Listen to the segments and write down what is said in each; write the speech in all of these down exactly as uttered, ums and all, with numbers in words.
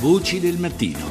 Voci del mattino.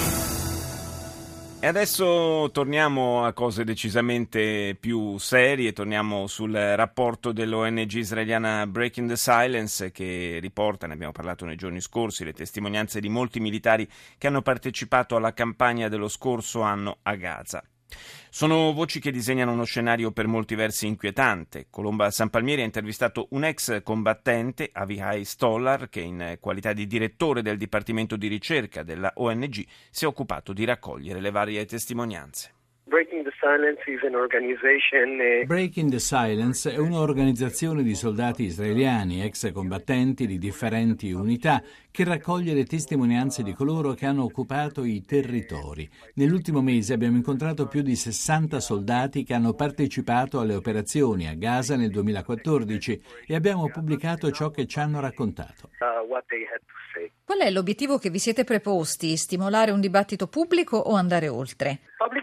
E adesso torniamo a cose decisamente più serie, torniamo sul rapporto dell'O N G israeliana Breaking the Silence, che riporta, ne abbiamo parlato nei giorni scorsi, le testimonianze di molti militari che hanno partecipato alla campagna dello scorso anno a Gaza. Sono voci che disegnano uno scenario per molti versi inquietante. Colomba Sanpalmieri ha intervistato un ex combattente, Avihai Stollar, che in qualità di direttore del Dipartimento di Ricerca della O N G si è occupato di raccogliere le varie testimonianze. Breaking the Silence is an organization. Breaking the Silence è un'organizzazione di soldati israeliani, ex combattenti di differenti unità, che raccoglie le testimonianze di coloro che hanno occupato i territori. Nell'ultimo mese abbiamo incontrato più di sessanta soldati che hanno partecipato alle operazioni a Gaza nel duemilaquattordici e abbiamo pubblicato ciò che ci hanno raccontato. Qual è l'obiettivo che vi siete preposti? Stimolare un dibattito pubblico o andare oltre?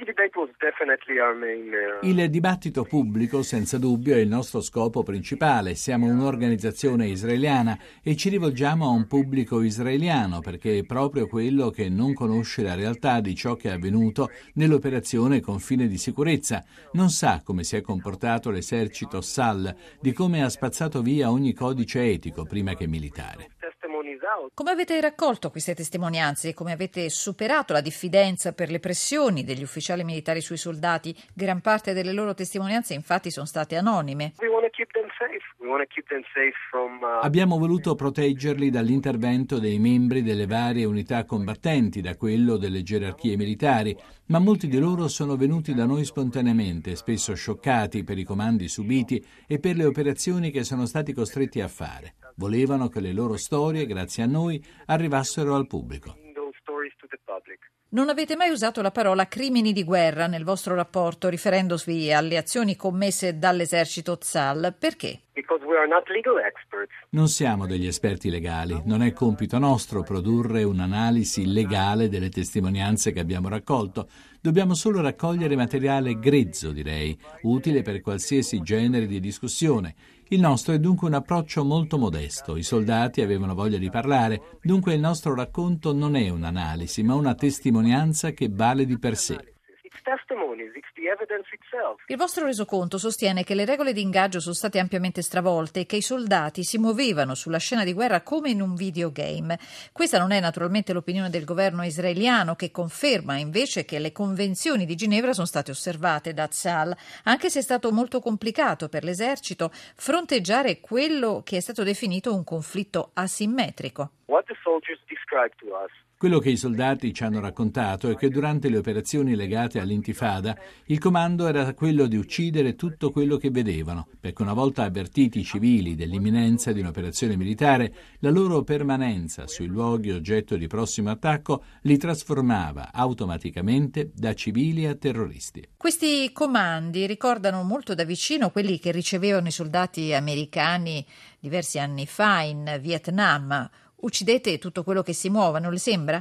Il dibattito pubblico, senza dubbio, è il nostro scopo principale. Siamo un'organizzazione israeliana e ci rivolgiamo a un pubblico israeliano perché è proprio quello che non conosce la realtà di ciò che è avvenuto nell'operazione Confine di Sicurezza. Non sa come si è comportato l'esercito Sal, di come ha spazzato via ogni codice etico prima che militare. Come avete raccolto queste testimonianze e come avete superato la diffidenza per le pressioni degli ufficiali militari sui soldati? Gran parte delle loro testimonianze infatti sono state anonime. Abbiamo voluto proteggerli dall'intervento dei membri delle varie unità combattenti, da quello delle gerarchie militari, ma molti di loro sono venuti da noi spontaneamente, spesso scioccati per i comandi subiti e per le operazioni che sono stati costretti a fare. Volevano che le loro storie, grazie a noi, arrivassero al pubblico. Non avete mai usato la parola crimini di guerra nel vostro rapporto, riferendovi alle azioni commesse dall'esercito Tzal. Perché? Non siamo degli esperti legali, non è compito nostro produrre un'analisi legale delle testimonianze che abbiamo raccolto. Dobbiamo solo raccogliere materiale grezzo, direi, utile per qualsiasi genere di discussione. Il nostro è dunque un approccio molto modesto. I soldati avevano voglia di parlare, dunque il nostro racconto non è un'analisi, ma una testimonianza che vale di per sé. Il vostro resoconto sostiene che le regole di ingaggio sono state ampiamente stravolte e che i soldati si muovevano sulla scena di guerra come in un videogame. Questa non è naturalmente l'opinione del governo israeliano, che conferma invece che le convenzioni di Ginevra sono state osservate da Tzal, anche se è stato molto complicato per l'esercito fronteggiare quello che è stato definito un conflitto asimmetrico. What the soldiers described to us. Quello che i soldati ci hanno raccontato è che durante le operazioni legate all'intifada il comando era quello di uccidere tutto quello che vedevano, perché una volta avvertiti i civili dell'imminenza di un'operazione militare, la loro permanenza sui luoghi oggetto di prossimo attacco li trasformava automaticamente da civili a terroristi. Questi comandi ricordano molto da vicino quelli che ricevevano i soldati americani diversi anni fa in Vietnam. Uccidete tutto quello che si muove, non le sembra?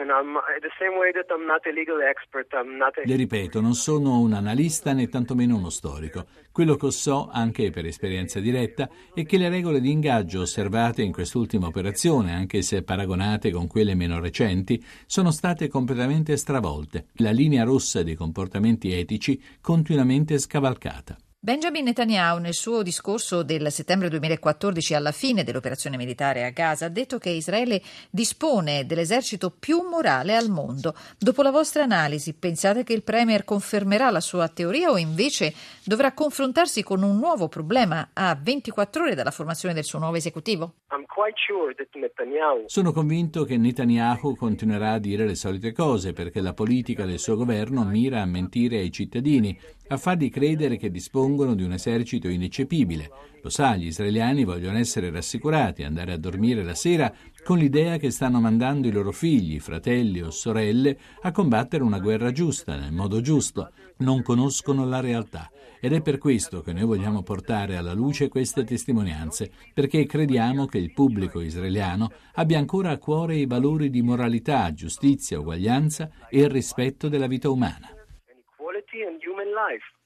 Le ripeto, non sono un analista né tantomeno uno storico. Quello che so, anche per esperienza diretta, è che le regole di ingaggio osservate in quest'ultima operazione, anche se paragonate con quelle meno recenti, sono state completamente stravolte. La linea rossa dei comportamenti etici continuamente scavalcata. Benjamin Netanyahu, nel suo discorso del settembre duemilaquattordici alla fine dell'operazione militare a Gaza, ha detto che Israele dispone dell'esercito più morale al mondo. Dopo la vostra analisi, pensate che il premier confermerà la sua teoria o invece dovrà confrontarsi con un nuovo problema a ventiquattro ore dalla formazione del suo nuovo esecutivo? Sono convinto che Netanyahu continuerà a dire le solite cose perché la politica del suo governo mira a mentire ai cittadini, a farli credere che dispongono di un esercito ineccepibile. Lo sa, gli israeliani vogliono essere rassicurati, andare a dormire la sera con l'idea che stanno mandando i loro figli, fratelli o sorelle a combattere una guerra giusta, nel modo giusto. Non conoscono la realtà ed è per questo che noi vogliamo portare alla luce queste testimonianze, perché crediamo che il pubblico israeliano abbia ancora a cuore i valori di moralità, giustizia, uguaglianza e il rispetto della vita umana.